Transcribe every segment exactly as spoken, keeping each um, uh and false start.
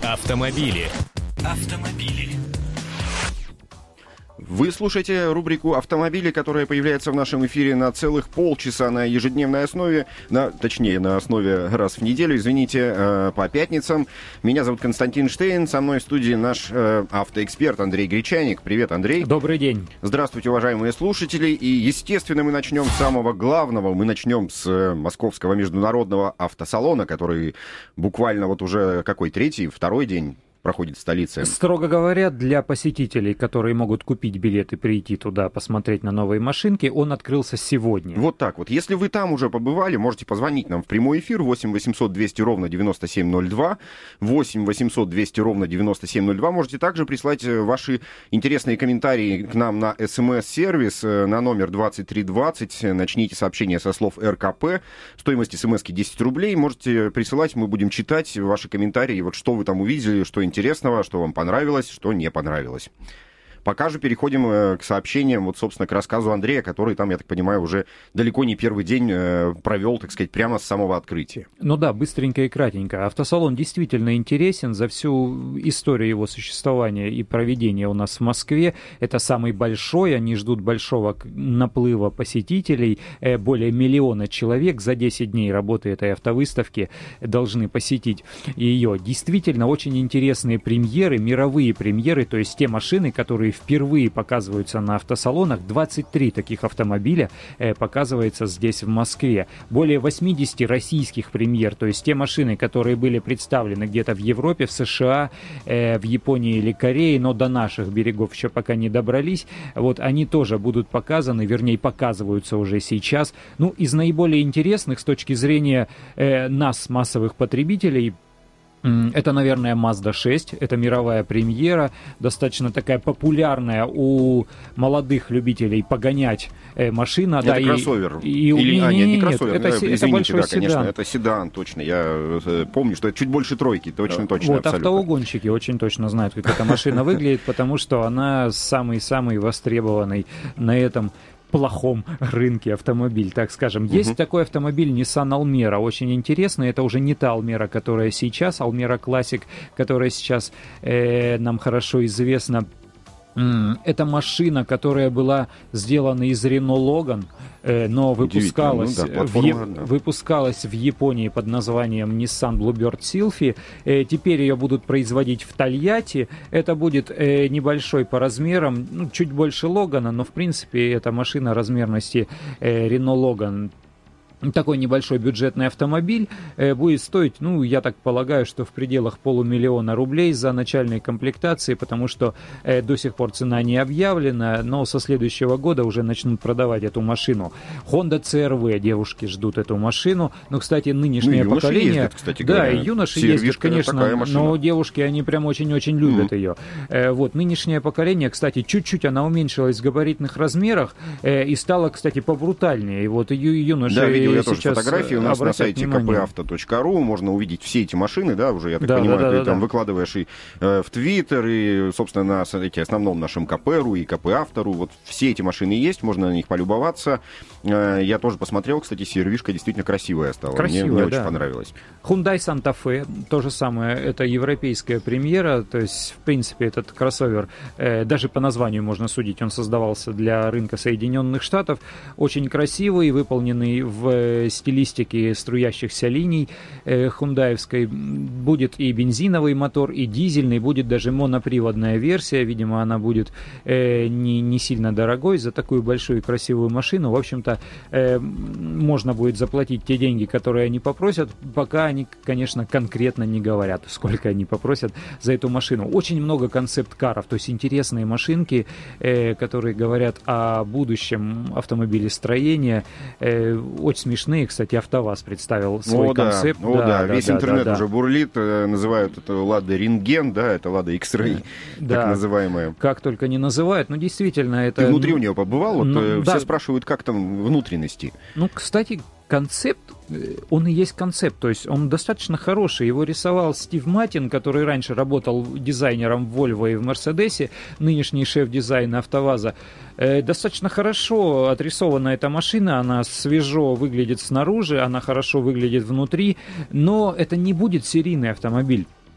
Автомобили. Автомобили. Вы слушаете рубрику «Автомобили», которая появляется в нашем эфире на целых полчаса на ежедневной основе, на, точнее, на основе раз в неделю, извините, э, по пятницам. Меня зовут Константин Штейн, со мной в студии наш э, автоэксперт Андрей Гречаник. Привет, Андрей. Добрый день. Здравствуйте, уважаемые слушатели. И, естественно, мы начнем с самого главного. Мы начнем с э, Московского международного автосалона, который буквально вот уже какой, третий, второй день проходит в столице. Строго говоря, для посетителей, которые могут купить билет и прийти туда, посмотреть на новые машинки, он открылся сегодня. Вот так вот. Если вы там уже побывали, можете позвонить нам в прямой эфир восемь восемьсот двести ровно девяносто семь ноль два, восемь восемьсот двести ровно девяносто семь ноль два. Можете также прислать ваши интересные комментарии к нам на смс-сервис на номер двадцать три двадцать. Начните сообщение со слов эр ка пэ. Стоимость смс-ки десять рублей. Можете присылать, мы будем читать ваши комментарии. Вот что вы там увидели, что интересного, что вам понравилось, что не понравилось. Пока же переходим к сообщениям, вот, собственно, к рассказу Андрея, который там, я так понимаю, уже далеко не первый день провел, так сказать, прямо с самого открытия. Ну да, быстренько и кратенько. Автосалон действительно интересен за всю историю его существования и проведения у нас в Москве. Это самый большой, они ждут большого наплыва посетителей. Более миллиона человек за десять дней работы этой автовыставки должны посетить ее. Действительно, очень интересные премьеры, мировые премьеры, то есть те машины, которые впервые показываются на автосалонах. двадцать три таких автомобиля э, показывается здесь, в Москве. Более восемьдесят российских премьер, то есть те машины, которые были представлены где-то в Европе, в США, э, в Японии или Корее, но до наших берегов еще пока не добрались. Вот они тоже будут показаны, вернее, показываются уже сейчас. Ну, из наиболее интересных с точки зрения э, нас, массовых потребителей, это, наверное, Мазда шесть, это мировая премьера, достаточно такая популярная у молодых любителей погонять э, машина. Это да, кроссовер. И, и, Или, не, а, не, нет, не нет, кроссовер, это, извините, это большой да, конечно, седан. это седан, точно. Я э, помню, что это чуть больше тройки, точно, точно, Вот, абсолютно. автоугонщики очень точно знают, как эта машина выглядит, потому что она самый-самый востребованный на этом плохом рынке автомобиль, так скажем. Есть uh-huh. такой автомобиль Nissan Almera, очень интересный. Это уже не та Almera, которая сейчас, Almera Classic, которая сейчас э, нам хорошо известна. Это машина, которая была сделана из Renault Logan, но выпускалась, ну, да, в, Е... да. выпускалась в Японии под названием Nissan Bluebird Sylphy. Теперь ее будут производить в Тольятти. Это будет небольшой по размерам, ну, чуть больше Логана, но в принципе это машина размерности Renault Logan. Такой небольшой бюджетный автомобиль э, будет стоить, ну, я так полагаю, что в пределах полумиллиона рублей за начальной комплектации, потому что э, до сих пор цена не объявлена, но со следующего года уже начнут продавать эту машину. Honda си эр ви, девушки ждут эту машину, но, кстати, нынешнее ну, поколение... Ездят, кстати да, говоря. и юноши ездят, конечно, но девушки, они прям очень-очень любят mm-hmm. ее. Э, вот, нынешнее поколение, кстати, чуть-чуть она уменьшилась в габаритных размерах э, и стала, кстати, побрутальнее. И вот ю- юноши... Да, я тоже фотографии у нас на сайте ка пэ авто точка ру, можно увидеть все эти машины, да, уже, я так да, понимаю, да, да, ты да, там да. выкладываешь и э, в Твиттер, и, собственно, на сайте основном нашем ка пэ точка ру и ка пэ автору, вот все эти машины есть, можно на них полюбоваться. Э, я тоже посмотрел, кстати, си эр ви-шка действительно красивая стала, красивая, мне, мне да. очень понравилось. Hyundai Santa Fe, то же самое, это европейская премьера, то есть, в принципе, этот кроссовер, э, даже по названию можно судить, он создавался для рынка Соединенных Штатов, очень красивый, выполненный в э, стилистике струящихся линий э, хундаевской. Будет и бензиновый мотор, и дизельный, будет даже моноприводная версия, видимо, она будет э, не, не сильно дорогой за такую большую и красивую машину. В общем-то, э, можно будет заплатить те деньги, которые они попросят, пока они, конечно, конкретно не говорят, сколько они попросят за эту машину. Очень много концепт-каров, то есть интересные машинки, э, которые говорят о будущем автомобилестроения. Э, очень смешные, кстати, АвтоВАЗ представил свой О, концепт. Да, о, да, да. Весь да, интернет да, уже да. бурлит, э, называют это Лада Рентген, да, это Лада X-Ray, да. так называемая. Как только не называют, но действительно это... Ты внутри у нее побывал? Вот, ну, э, да. Все спрашивают, как там внутренности. Ну, кстати, концепт, он и есть концепт, то есть он достаточно хороший. Его рисовал Стив Матин, который раньше работал дизайнером в Volvo и в Мерседесе, нынешний шеф дизайна АвтоВАЗа. Э, достаточно хорошо отрисована эта машина, она свежо выглядит снаружи, она хорошо выглядит внутри, но это не будет серийный автомобиль.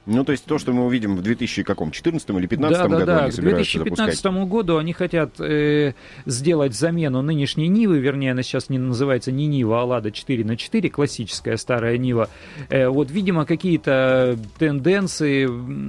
Ну, то есть то, что мы увидим в две тысячи четырнадцатом или две тысячи пятнадцатом да, году, да, да. они К собираются две тысячи пятнадцатому запускать. году они хотят э, сделать замену нынешней Нивы, вернее, она сейчас не называется не Нива, а Лада четыре на четыре, классическая старая Нива. Э, вот, видимо, какие-то тенденции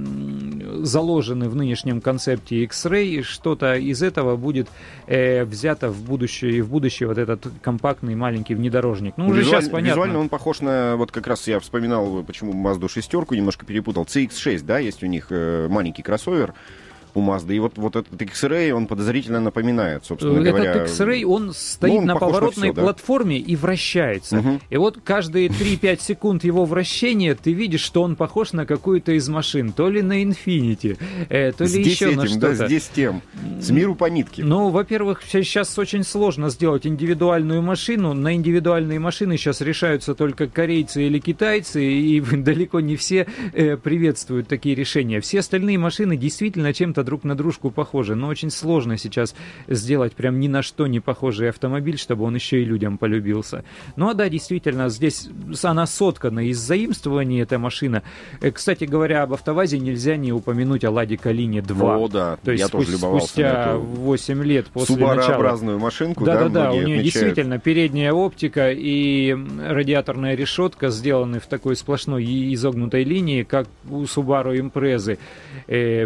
заложены в нынешнем концепте X-Ray, что-то из этого будет э, взято в будущее, и в будущее вот этот компактный маленький внедорожник. Ну, уже Визуаль, сейчас понятно. Визуально он похож на, вот как раз я вспоминал, почему Mazda шестерку немножко перепутал, си икс шесть, да, есть у них э, маленький кроссовер у Mazda, и вот, вот этот X-Ray, он подозрительно напоминает, собственно этот говоря. Этот X-Ray, он стоит ну, он на поворотной на все, платформе, да, и вращается. Угу. И вот каждые три-пять секунд его вращения ты видишь, что он похож на какую-то из машин. То ли на Infiniti, э, то ли здесь еще этим, на что-то. Да, здесь тем. С миру по нитке. Ну, во-первых, сейчас очень сложно сделать индивидуальную машину. На индивидуальные машины сейчас решаются только корейцы или китайцы, и далеко не все э, приветствуют такие решения. Все остальные машины действительно чем-то друг на дружку похожи. Похоже, но очень сложно сейчас сделать прям ни на что не похожий автомобиль, чтобы он еще и людям полюбился. Ну а да, действительно, здесь она соткана из заимствований, эта машина. Кстати говоря, об АвтоВАЗе нельзя не упомянуть о Ладе Калине два. О, да, то есть я спу- тоже любовался спустя на эту восемь лет после начала. Субарообразную машинку, да, Да-да-да, у многие нее отмечают. действительно передняя оптика и радиаторная решетка сделаны в такой сплошной и изогнутой линии, как у Subaru Impreza. Э,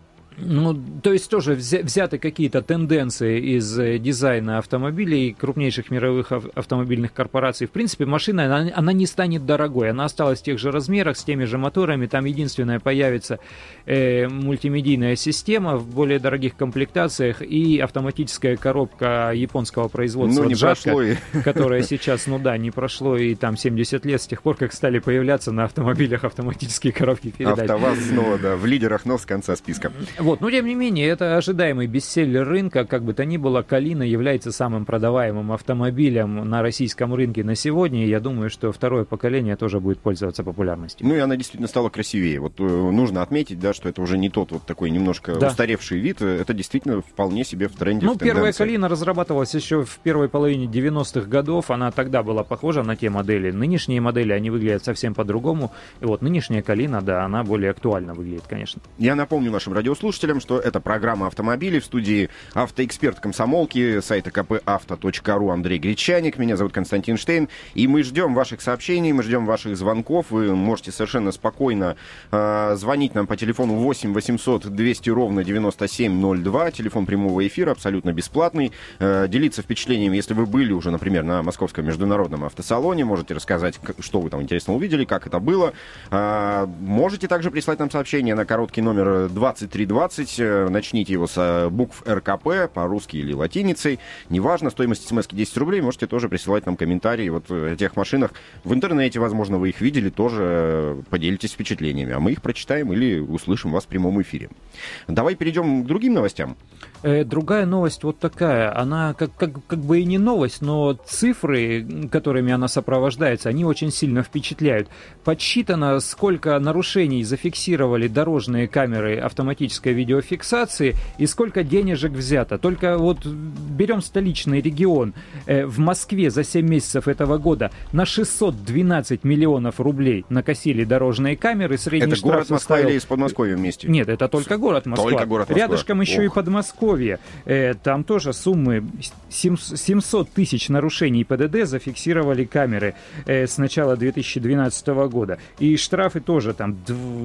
Ну, то есть тоже взя- взяты какие-то тенденции из э, дизайна автомобилей крупнейших мировых ав- автомобильных корпораций. В принципе, машина, она, она не станет дорогой. Она осталась в тех же размерах, с теми же моторами. Там единственное, появится э, мультимедийная система в более дорогих комплектациях и автоматическая коробка японского производства Ну, не Джатка, прошло и... которая сейчас, ну да, не прошло и там семьдесят лет с тех пор, как стали появляться на автомобилях автоматические коробки передач. АвтоВАЗ снова, да, в лидерах, но с конца списка. Вот, но тем не менее, это ожидаемый бестселлер рынка. Как бы то ни было, Калина является самым продаваемым автомобилем на российском рынке на сегодня. И я думаю, что второе поколение тоже будет пользоваться популярностью. Ну и она действительно стала красивее. Вот э, нужно отметить, да, что это уже не тот вот такой немножко Да. устаревший вид. Это действительно вполне себе в тренде. Ну, в первая тенденции. Калина разрабатывалась еще в первой половине девяностых годов. Она тогда была похожа на те модели. Нынешние модели, они выглядят совсем по-другому. И вот нынешняя Калина, да, она более актуально выглядит, конечно. Я напомню нашим радиослушателям, что это программа «Автомобили». В студии автоэксперт комсомолки сайта ка пэ авто точка ру Андрей Гречаник. Меня зовут Константин Штейн. И мы ждем ваших сообщений, мы ждем ваших звонков. Вы можете совершенно спокойно э, звонить нам по телефону восемь восемьсот двести ровно девяносто семь ноль два. Телефон прямого эфира, абсолютно бесплатный. Э, делиться впечатлениями, если вы были уже, например, на Московском международном автосалоне. Можете рассказать, как, что вы там интересно увидели, как это было. Э, можете также прислать нам сообщение на короткий номер двадцать три двадцать. Начните его с букв эр ка пэ, по-русски или латиницей. Неважно, стоимость смс-ки десять рублей. Можете тоже присылать нам комментарии вот о тех машинах. В интернете, возможно, вы их видели, тоже поделитесь впечатлениями. А мы их прочитаем или услышим вас в прямом эфире. Давай перейдем к другим новостям. Э, другая новость вот такая. Она как, как, как бы и не новость, но цифры, которыми она сопровождается, они очень сильно впечатляют. Подсчитано, сколько нарушений зафиксировали дорожные камеры автоматической видеофиксации и сколько денежек взято. Только вот берем столичный регион. Э, в Москве за семь месяцев этого года на шестьсот двенадцать миллионов рублей накосили дорожные камеры. Средний Это штраф город Москва составил... или из Подмосковья вместе? Нет, это только город Москва. Только город Москва. Рядышком еще и Ох. Подмосковье. Э, там тоже суммы семьсот тысяч нарушений пэ дэ дэ зафиксировали камеры э, с начала две тысячи двенадцатого года. И штрафы тоже там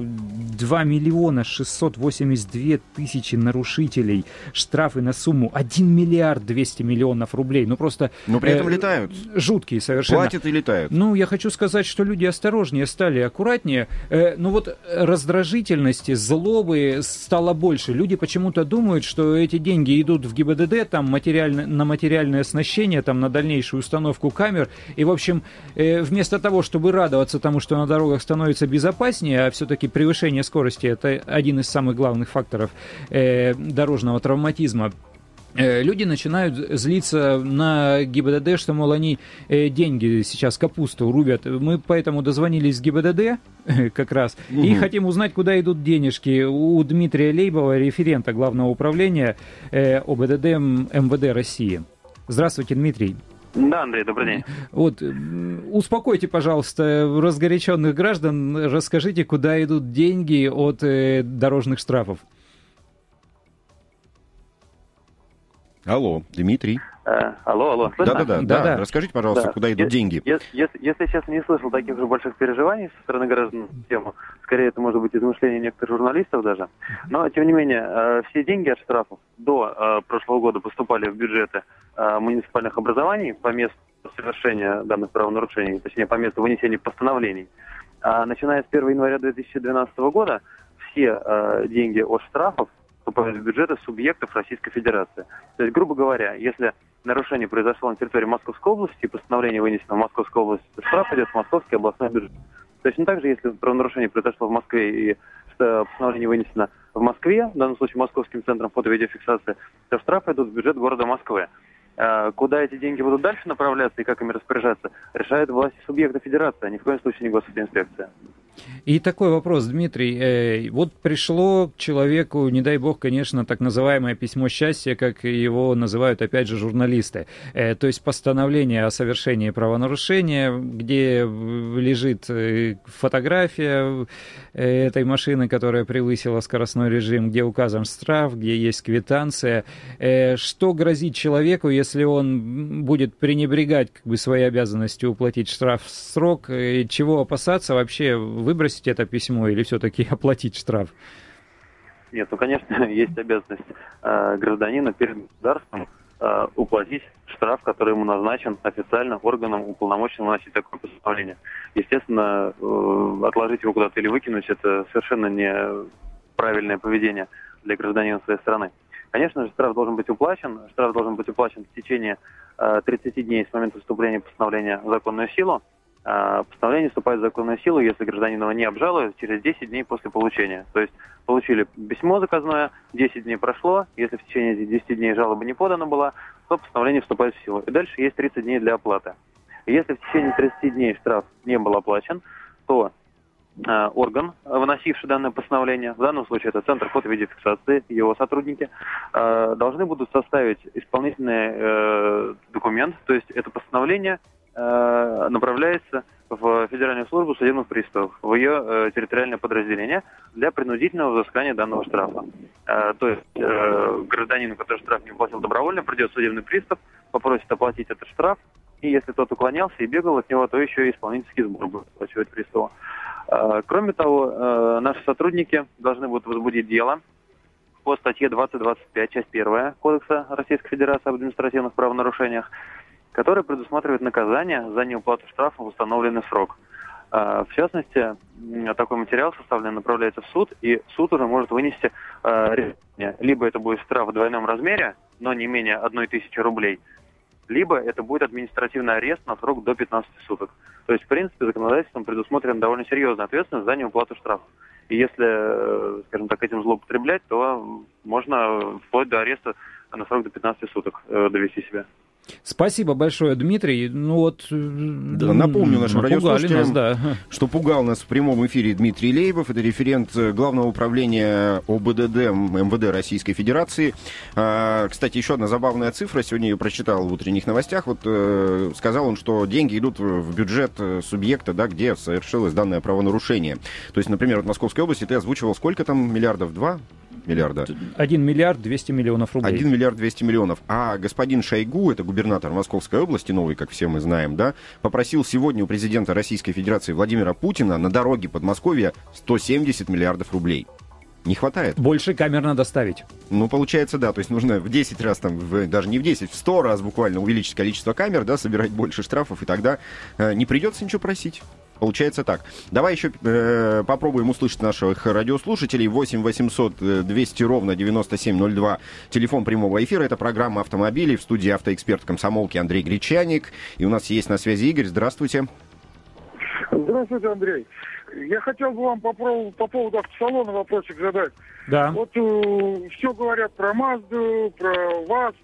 два миллиона шестьсот восемьдесят две тысячи нарушителей. Штрафы на сумму один миллиард двести миллионов рублей. Ну просто... Но при этом э, летают. Жуткие совершенно. Платят и летают. Ну, я хочу сказать, что люди осторожнее стали, аккуратнее. Э, ну вот раздражительности, злобы стало больше. Люди почему-то думают, что эти деньги идут в гэ бэ дэ дэ, там, материально, на материальное оснащение, там, на дальнейшую установку камер. И, в общем, э, вместо того, чтобы радоваться тому, что на дорогах становится безопаснее, а все-таки превышение скорости — это один из самых главных факторов э, дорожного травматизма, люди начинают злиться на гэ бэ дэ дэ, что, мол, они э, деньги сейчас, капусту рубят. Мы поэтому дозвонились в гэ бэ дэ дэ э, как раз угу. и хотим узнать, куда идут денежки. У Дмитрия Лейбова, референта Главного управления э, о бэ дэ дэ эм вэ дэ России. Здравствуйте, Дмитрий. Да, Андрей, добрый день. Вот, успокойте, пожалуйста, разгоряченных граждан, расскажите, куда идут деньги от э, дорожных штрафов. Алло, Дмитрий. Э, алло, алло. Да-да-да, да, да. Расскажите, пожалуйста, Да. куда идут Е- деньги? Если, если, если честно, не слышал таких же больших переживаний со стороны граждан на тему. Скорее, это может быть измышление некоторых журналистов даже. Но, тем не менее, э, все деньги от штрафов до э, прошлого года поступали в бюджеты э, муниципальных образований по месту совершения данных правонарушений, точнее, по месту вынесения постановлений. А начиная с первого января две тысячи двенадцатого года все э, деньги от штрафов поступают в бюджеты субъектов Российской Федерации. То есть, грубо говоря, если нарушение произошло на территории Московской области, и постановление вынесено в Московской области, то штраф идет в Московский областной бюджет. Точно так же, если правонарушение произошло в Москве и постановление вынесено в Москве, в данном случае Московским центром фото-видеофиксации, то штрафы идут в бюджет города Москвы. Куда эти деньги будут дальше направляться и как ими распоряжаться, решают власти субъекта Федерации, а ни в коем случае не госинспекция. И такой вопрос, Дмитрий. Э, вот пришло к человеку, не дай бог, конечно, так называемое письмо счастья, как его называют, опять же, журналисты. Э, то есть постановление о совершении правонарушения, где лежит э, фотография э, этой машины, которая превысила скоростной режим, где указан штраф, где есть квитанция. Э, что грозит человеку, если он будет пренебрегать как бы своей обязанностью уплатить штраф в срок? Э, чего опасаться вообще? Выбросить это письмо или все-таки оплатить штраф? Нет, ну, конечно, есть обязанность э, гражданина перед государством э, уплатить штраф, который ему назначен официально органом, уполномоченным выносить такое постановление. Естественно, э, отложить его куда-то или выкинуть – это совершенно неправильное поведение для гражданина своей страны. Конечно же, штраф должен быть уплачен. Штраф должен быть уплачен в течение э, тридцати дней с момента вступления постановления в законную силу. Постановление вступает в законную силу, если гражданин его не обжалует, через десять дней после получения. То есть получили письмо заказное, десять дней прошло, если в течение этих десяти дней жалоба не подана была, то постановление вступает в силу. И дальше есть тридцать дней для оплаты. И если в течение тридцати дней штраф не был оплачен, то э, орган, выносивший данное постановление, в данном случае это Центр фото-видеофиксации, его сотрудники, э, должны будут составить исполнительный э, документ, то есть это постановление направляется в Федеральную службу судебных приставов, в ее э, территориальное подразделение для принудительного взыскания данного штрафа. Э, то есть э, гражданину, который штраф не уплатил добровольно, придет судебный пристав, попросит оплатить этот штраф, и если тот уклонялся и бегал от него, то еще и исполнительский сбор будет оплачивать приставу. Э, кроме того, э, наши сотрудники должны будут возбудить дело по статье двадцать двадцать пять, часть первая Кодекса Российской Федерации об административных правонарушениях, который предусматривает наказание за неуплату штрафа в установленный срок. В частности, такой материал составлен, направляется в суд, и суд уже может вынести решение. Либо это будет штраф в двойном размере, но не менее одной тысячи рублей, либо это будет административный арест на срок до пятнадцати суток. То есть, в принципе, законодательством предусмотрена довольно серьезная ответственность за неуплату штрафа. И если, скажем так, этим злоупотреблять, то можно вплоть до ареста на срок до пятнадцати суток довести себя. Спасибо большое, Дмитрий. Ну вот, да, напомню нашим радиослушателям, нас, да. что пугал нас в прямом эфире Дмитрий Лейбов, это референт Главного управления ОБДД МВД Российской Федерации. А, кстати, еще одна забавная цифра, сегодня ее прочитал в утренних новостях. Вот э, сказал он, что деньги идут в бюджет субъекта, да, где совершилось данное правонарушение. То есть, например, в Московской области ты озвучивал сколько там миллиардов? Два миллиарда? Один миллиард двести миллионов рублей. Один миллиард двести миллионов. А господин Шойгу, это губернатор Московской области, новый, как все мы знаем, да, попросил сегодня у президента Российской Федерации Владимира Путина на дороге Подмосковья сто семьдесят миллиардов рублей. Не хватает. Больше камер надо ставить. Ну, получается, да. То есть нужно в десять раз, там, в, даже не в десять, в сто раз буквально увеличить количество камер, да, собирать больше штрафов, и тогда э, не придется ничего просить. Получается так. Давай еще э, попробуем услышать наших радиослушателей. восемь восемьсот двести ровно девяносто семь ноль два. Телефон прямого эфира. Это программа «Автомобили». В студии автоэксперт комсомолки Андрей Гречаник. И у нас есть на связи Игорь. Здравствуйте. Здравствуйте, Андрей. Я хотел бы вам по, по поводу автосалона вопросик задать. Да. Вот э, все говорят про Мазду, про ВАЗ.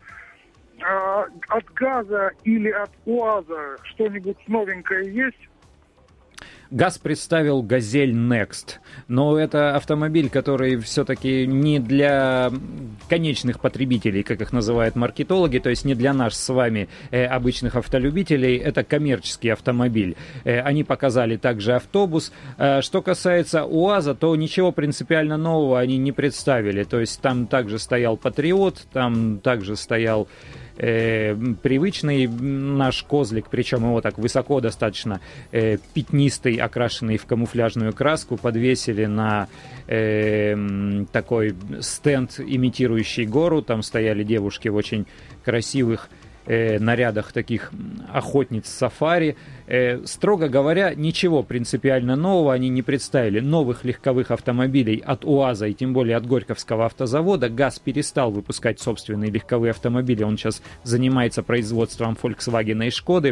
А от ГАЗа или от УАЗа что-нибудь новенькое есть? ГАЗ представил «Газель Next», но это автомобиль, который все-таки не для конечных потребителей, как их называют маркетологи, то есть не для нас с вами э, обычных автолюбителей, это коммерческий автомобиль. Э, они показали также автобус. Э, что касается УАЗа, то ничего принципиально нового они не представили, то есть там также стоял «Патриот», там также стоял Э, привычный наш козлик, причем его так высоко достаточно э, пятнистый, окрашенный в камуфляжную краску, подвесили на э, такой стенд, имитирующий гору. Там стояли девушки в очень красивых э, нарядах таких охотниц сафари. Э, строго говоря, ничего принципиально нового они не представили. Новых легковых автомобилей от УАЗа и тем более от Горьковского автозавода. ГАЗ перестал выпускать собственные легковые автомобили. Он сейчас занимается производством Volkswagen и Шкоды.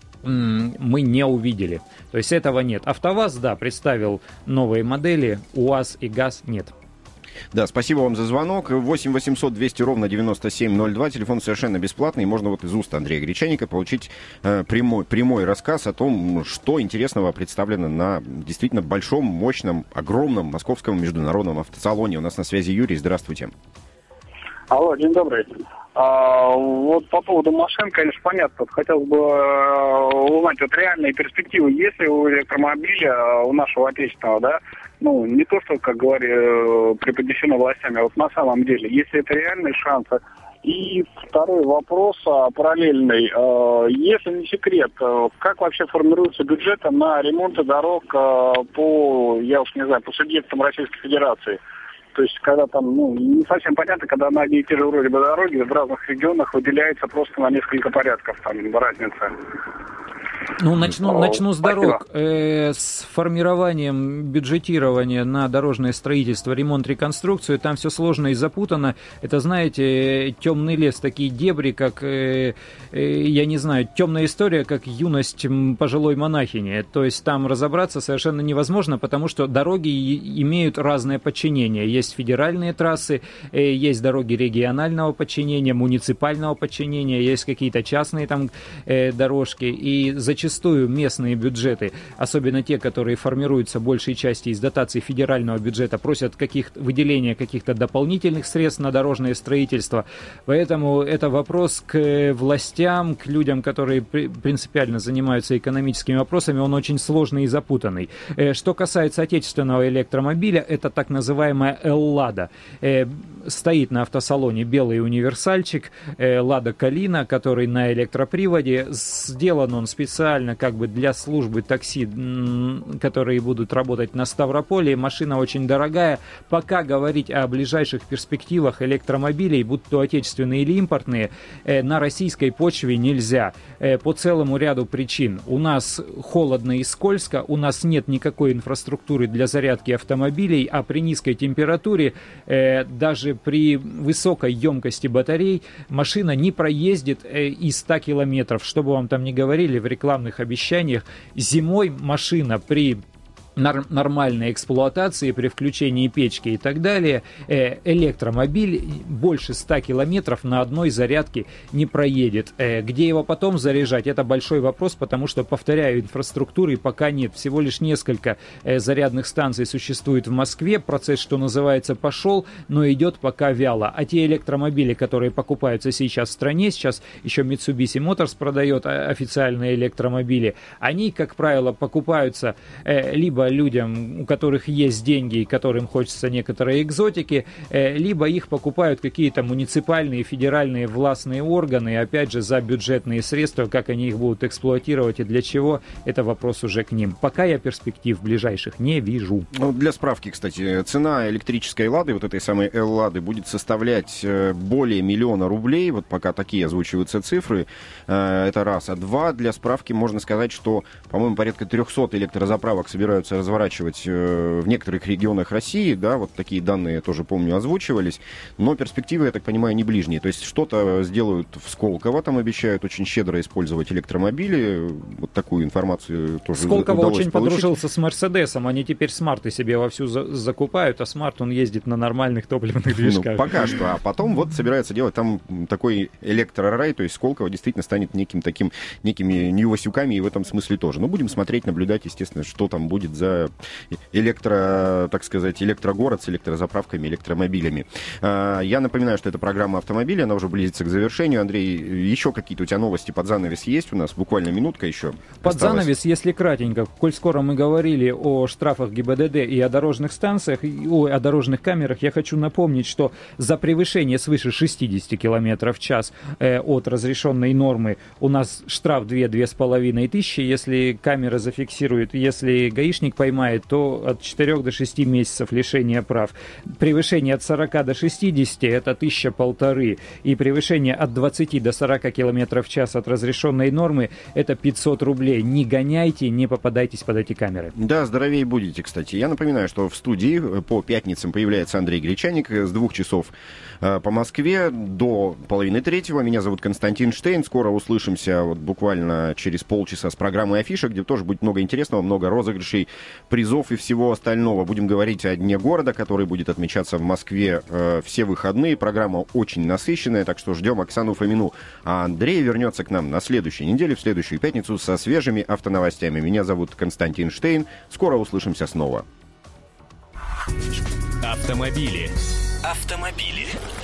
Мы не увидели. То есть этого нет. АвтоВАЗ, да, представил новые модели. УАЗ и ГАЗ нет. Да, спасибо вам за звонок. восемь восемьсот двести ровно девяносто семь ноль два. Телефон совершенно бесплатный. Можно вот из уст Андрея Гречаника получить э, прямой, прямой рассказ о том, что интересного представлено на действительно большом, мощном, огромном московском международном автосалоне. У нас на связи Юрий. Здравствуйте. Алло, день добрый. А, вот по поводу машин, конечно, понятно. Хотелось бы узнать, вот реальные перспективы есть ли у электромобиля, у нашего отечественного, да? Ну, не то, что, как говорили, преподнесено властями, а вот на самом деле, если это реальные шансы. И второй вопрос параллельный. Если не секрет, как вообще формируется бюджет на ремонты дорог по, я уж не знаю, по субъектам Российской Федерации? То есть, когда там, ну, не совсем понятно, когда на одни и те же вроде бы дороги в разных регионах выделяется просто на несколько порядков там разница. Ну, начну, начну с дорог. Э, с формированием бюджетирования на дорожное строительство, ремонт, реконструкцию, там все сложно и запутано. Это, знаете, темный лес, такие дебри, как, э, э, я не знаю, темная история, как юность пожилой монахини. То есть там разобраться совершенно невозможно, потому что дороги имеют разное подчинение. Есть федеральные трассы, э, есть дороги регионального подчинения, муниципального подчинения, есть какие-то частные там э, дорожки. И зачастую местные бюджеты, особенно те, которые формируются большей части из дотаций федерального бюджета, просят каких выделения каких-то дополнительных средств на дорожное строительство. Поэтому это вопрос к властям, к людям, которые принципиально занимаются экономическими вопросами, он очень сложный и запутанный. Что касается отечественного электромобиля, это так называемая Эллада. Стоит на автосалоне белый универсальчик Лада Калина, который на электроприводе. Сделан он специально как бы для службы такси, которые будут работать на Ставрополе. Машина очень дорогая. Пока говорить о ближайших перспективах электромобилей, будь то отечественные или импортные, на российской почве нельзя. По целому ряду причин. У нас холодно и скользко, у нас нет никакой инфраструктуры для зарядки автомобилей, а при низкой температуре, даже при высокой емкости батарей, машина не проездит и ста километров. Что бы вам там ни говорили в рекламных обещаниях, зимой машина при нормальной эксплуатации, при включении печки и так далее, электромобиль больше ста километров на одной зарядке не проедет. Где его потом заряжать, это большой вопрос, потому что, повторяю, инфраструктуры пока нет. Всего лишь несколько зарядных станций существует в Москве. Процесс, что называется, пошел, но идет пока вяло. А те электромобили, которые покупаются сейчас в стране, сейчас еще Mitsubishi Motors продает официальные электромобили, они, как правило, покупаются либо людям, у которых есть деньги и которым хочется некоторые экзотики, либо их покупают какие-то муниципальные, федеральные властные органы, опять же, за бюджетные средства. Как они их будут эксплуатировать и для чего, это вопрос уже к ним. Пока я перспектив ближайших не вижу. Ну, для справки, кстати, цена электрической «Лады», вот этой самой «Эллады», будет составлять более миллиона рублей. Вот пока такие озвучиваются цифры. Это раз. А два, для справки можно сказать, что, по-моему, порядка трехсот электрозаправок собираются собирался разворачивать в некоторых регионах России, да, вот такие данные тоже, помню, озвучивались, но перспективы, я так понимаю, не ближние. То есть что-то сделают в Сколково, там обещают очень щедро использовать электромобили, вот такую информацию тоже Сколково удалось очень получить. подружился с Мерседесом, они теперь смарты себе вовсю за- закупают, а смарт, он ездит на нормальных топливных движках. Ну, пока что, а потом вот собираются делать там такой электрорай, то есть Сколково действительно станет неким таким, некими Нью-Васюками и в этом смысле тоже. Но будем смотреть, наблюдать, естественно, что там будет за электро, так сказать, электрогород с электрозаправками, электромобилями. Я напоминаю, что это программа «Автомобили», она уже близится к завершению. Андрей, еще какие-то у тебя новости под занавес есть у нас? Буквально минутка еще Под осталась. занавес, если кратенько, коль скоро мы говорили о штрафах ГИБДД и о дорожных станциях, и о, о дорожных камерах, я хочу напомнить, что за превышение свыше шестьдесят километров в час э, от разрешенной нормы у нас штраф две-две с половиной тысячи, если камера зафиксирует, если гаишник поймает, то от четырёх до шести месяцев лишения прав. Превышение от сорока до шестидесяти это тысяча полторы, и превышение от двадцати до сорока километров в час от разрешенной нормы это пятьсот рублей. Не гоняйте, не попадайтесь под эти камеры. Да, здоровее будете, кстати. Я напоминаю, что в студии по пятницам появляется Андрей Гречаник с двух часов э, по Москве до половины третьего. Меня зовут Константин Штейн. Скоро услышимся вот буквально через полчаса с программой «Афиша», где тоже будет много интересного, много розыгрышей, призов и всего остального. Будем говорить о Дне города, который будет отмечаться в Москве э, все выходные. Программа очень насыщенная, так что ждем Оксану Фомину. А Андрей вернется к нам на следующей неделе, в следующую пятницу, со свежими автоновостями. Меня зовут Константин Штейн. Скоро услышимся снова. Автомобили. Автомобили.